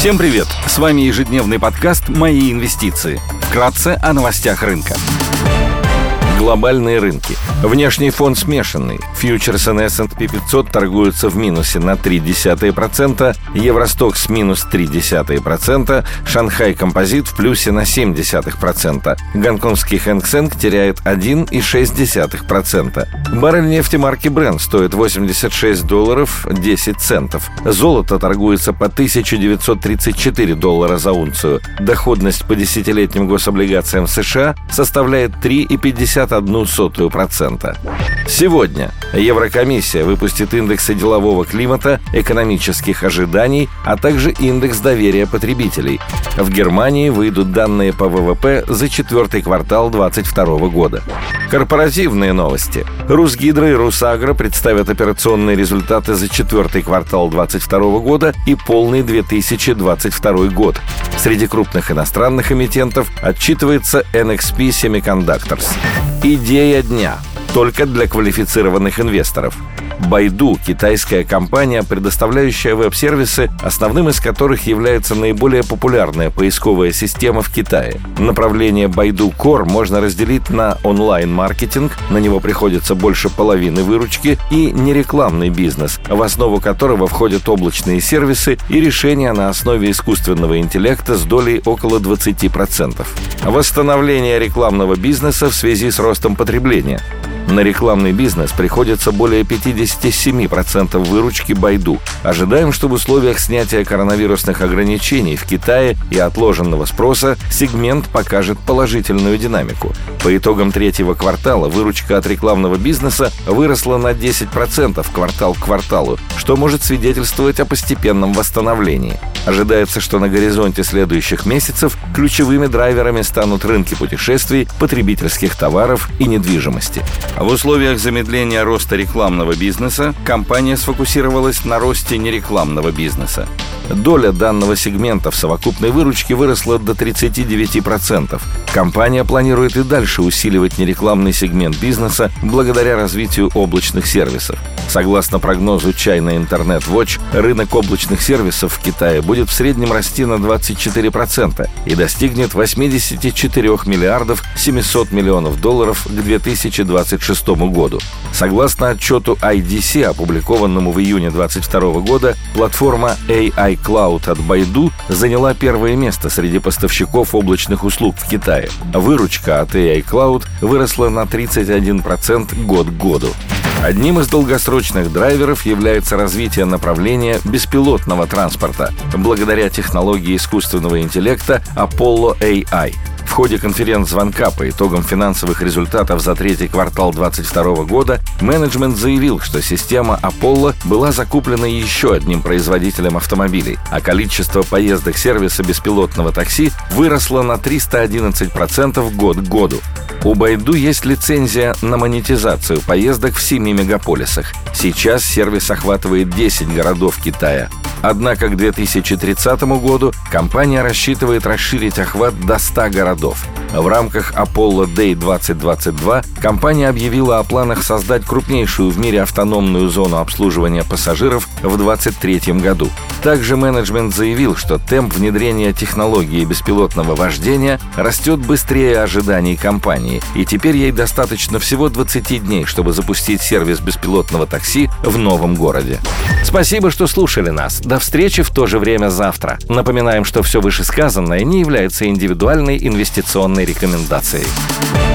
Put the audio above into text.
Всем привет! С вами ежедневный подкаст «Мои инвестиции». Вкратце о новостях рынка. Глобальные рынки. Внешний фон смешанный. Фьючерсы на S&P 500 торгуются в минусе на 0,3%, Евростокс минус 0,3%, Шанхай Композит в плюсе на 0,7%, гонконгский Хэнк Сэнк теряет 1,6%. Баррель нефти марки Brent стоит $86.10. Золото торгуется по $1934 за унцию. Доходность по десятилетним гособлигациям США составляет 3,51%. Сегодня Еврокомиссия выпустит индексы делового климата, экономических ожиданий, а также индекс доверия потребителей. В Германии выйдут данные по ВВП за четвертый квартал 2022 года. Корпоративные новости. Русгидро и Русагро представят операционные результаты за четвертый квартал 2022 года и полный 2022 год. Среди крупных иностранных эмитентов отчитывается NXP Semiconductors. Идея дня. Только для квалифицированных инвесторов. Baidu – китайская компания, предоставляющая веб-сервисы, основным из которых является наиболее популярная поисковая система в Китае. Направление Baidu Core можно разделить на онлайн-маркетинг, на него приходится больше половины выручки, и нерекламный бизнес, в основу которого входят облачные сервисы и решения на основе искусственного интеллекта с долей около 20%. Восстановление рекламного бизнеса в связи с ростом потребления. На рекламный бизнес приходится более 57% выручки Baidu. Ожидаем, что в условиях снятия коронавирусных ограничений в Китае и отложенного спроса сегмент покажет положительную динамику. По итогам третьего квартала выручка от рекламного бизнеса выросла на 10% квартал к кварталу, что может свидетельствовать о постепенном восстановлении. Ожидается, что на горизонте следующих месяцев ключевыми драйверами станут рынки путешествий, потребительских товаров и недвижимости. В условиях замедления роста рекламного бизнеса компания сфокусировалась на росте нерекламного бизнеса. Доля данного сегмента в совокупной выручке выросла до 39%. Компания планирует и дальше усиливать нерекламный сегмент бизнеса благодаря развитию облачных сервисов. Согласно прогнозу China Internet Watch, рынок облачных сервисов в Китае будет в среднем расти на 24% и достигнет 84 миллиардов 700 миллионов долларов к 2026 году. Согласно отчету IDC, опубликованному в июне 2022 года, платформа AI Cloud от Baidu заняла первое место среди поставщиков облачных услуг в Китае. Выручка от AI Cloud выросла на 31% год к году. Одним из долгосрочных драйверов является развитие направления беспилотного транспорта благодаря технологии искусственного интеллекта Apollo AI. В ходе конференц-звонка по итогам финансовых результатов за третий квартал 2022 года менеджмент заявил, что система Apollo была закуплена еще одним производителем автомобилей, а количество поездок сервиса беспилотного такси выросло на 311% год к году. У Baidu есть лицензия на монетизацию поездок в 7 мегаполисах. Сейчас сервис охватывает 10 городов Китая. Однако к 2030 году компания рассчитывает расширить охват до 100 городов. В рамках Apollo Day 2022 компания объявила о планах создать крупнейшую в мире автономную зону обслуживания пассажиров в 2023 году. Также менеджмент заявил, что темп внедрения технологии беспилотного вождения растет быстрее ожиданий компании, и теперь ей достаточно всего 20 дней, чтобы запустить сервис беспилотного такси в новом городе. Спасибо, что слушали нас. До встречи в то же время завтра. Напоминаем, что все вышесказанное не является индивидуальной инвестиционной рекомендацией.